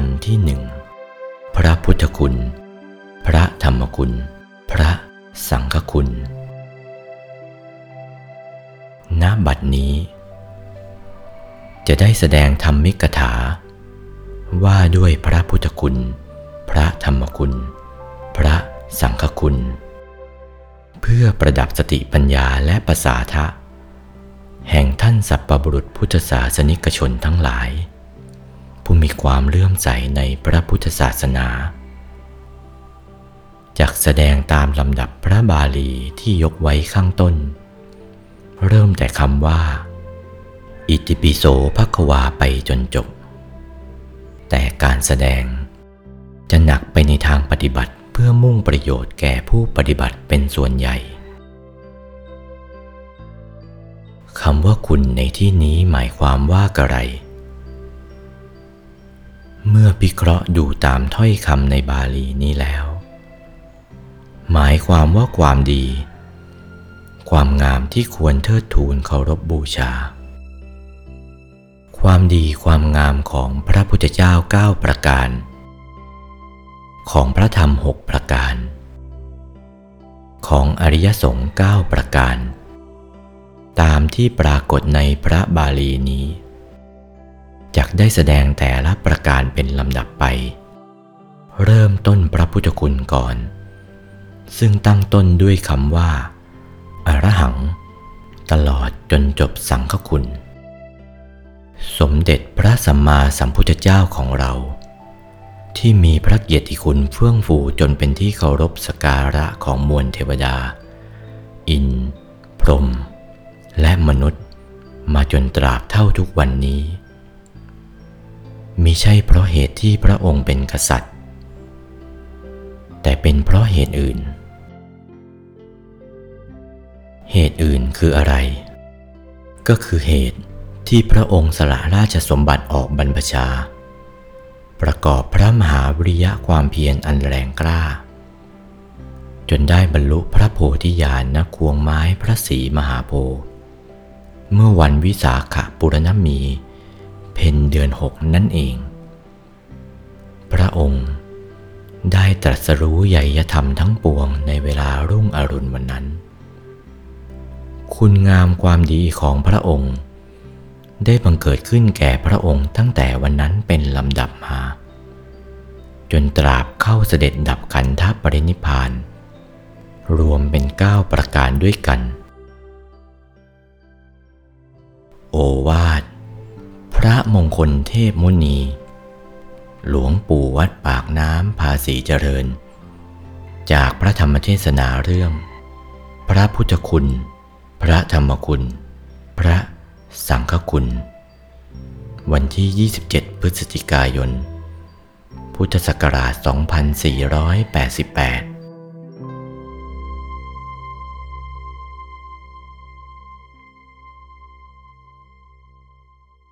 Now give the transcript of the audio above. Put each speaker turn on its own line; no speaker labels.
นธ์ที่หนึ่งพระพุทธคุณพระธรรมคุณพระสังฆคุณณ บัดนี้จะได้แสดงธรรมิกถาว่าด้วยพระพุทธคุณพระธรรมคุณพระสังฆคุณเพื่อประดับสติปัญญาและประสาทะแห่งท่านสัพพบุรุษพุทธศาสนิกชนทั้งหลายผู้มีความเลื่อมใสในพระพุทธศาสนาจักแสดงตามลำดับพระบาลีที่ยกไว้ข้างต้นเริ่มแต่คำว่าอิติปิโสภควาไปจนจบแต่การแสดงจะหนักไปในทางปฏิบัติเพื่อมุ่งประโยชน์แก่ผู้ปฏิบัติเป็นส่วนใหญ่คำว่าคุณในที่นี้หมายความว่าอะไรเมื่อพิเคราะห์ดูตามถ้อยคำในบาลีนี้แล้วหมายความว่าความดีความงามที่ควรเทิดทูนเคารพบูชาความดีความงามของพระพุทธเจ้า9ประการของพระธรรม6ประการของอริยสงฆ์9ประการตามที่ปรากฏในพระบาลีนี้จักได้แสดงแต่ละประการเป็นลำดับไปเริ่มต้นพระพุทธคุณก่อนซึ่งตั้งต้นด้วยคำว่าอรหังตลอดจนจบสังฆคุณสมเด็จพระสัมมาสัมพุทธเจ้าของเราที่มีพระเกียรติคุณเฟื่องฟูจนเป็นที่เคารพสักการะของมวลเทวดาอินทร์พรหมและมนุษย์มาจนตราบเท่าทุกวันนี้มิใช่เพราะเหตุที่พระองค์เป็นกษัตริย์แต่เป็นเพราะเหตุอื่นเหตุอื่นคืออะไรก็คือเหตุที่พระองค์สละราชสมบัติออกบรรพชาประกอบพระมหาวิริยะความเพียรอันแรงกล้าจนได้บรรลุพระโพธิญาณณควงไม้พระศรีมหาโพธิ์เมื่อวันวิสาขบูรณมีเพ็ญเดือน6นั่นเองพระองค์ได้ตรัสรู้ไวยธรรมทั้งปวงในเวลารุ่งอรุณวันนั้นคุณงามความดีของพระองค์ได้บังเกิดขึ้นแก่พระองค์ตั้งแต่วันนั้นเป็นลำดับมาจนตราบเข้าเสด็จดับขันธปรินิพพานรวมเป็น9ประการด้วยกันโอวาทพระมงคลเทพมุนีหลวงปู่วัดปากน้ำภาษีเจริญจากพระธรรมเทศนาเรื่องพระพุทธคุณพระธรรมคุณพระสังฆคุณวันที่27พฤศจิกายนพุทธศักราช2488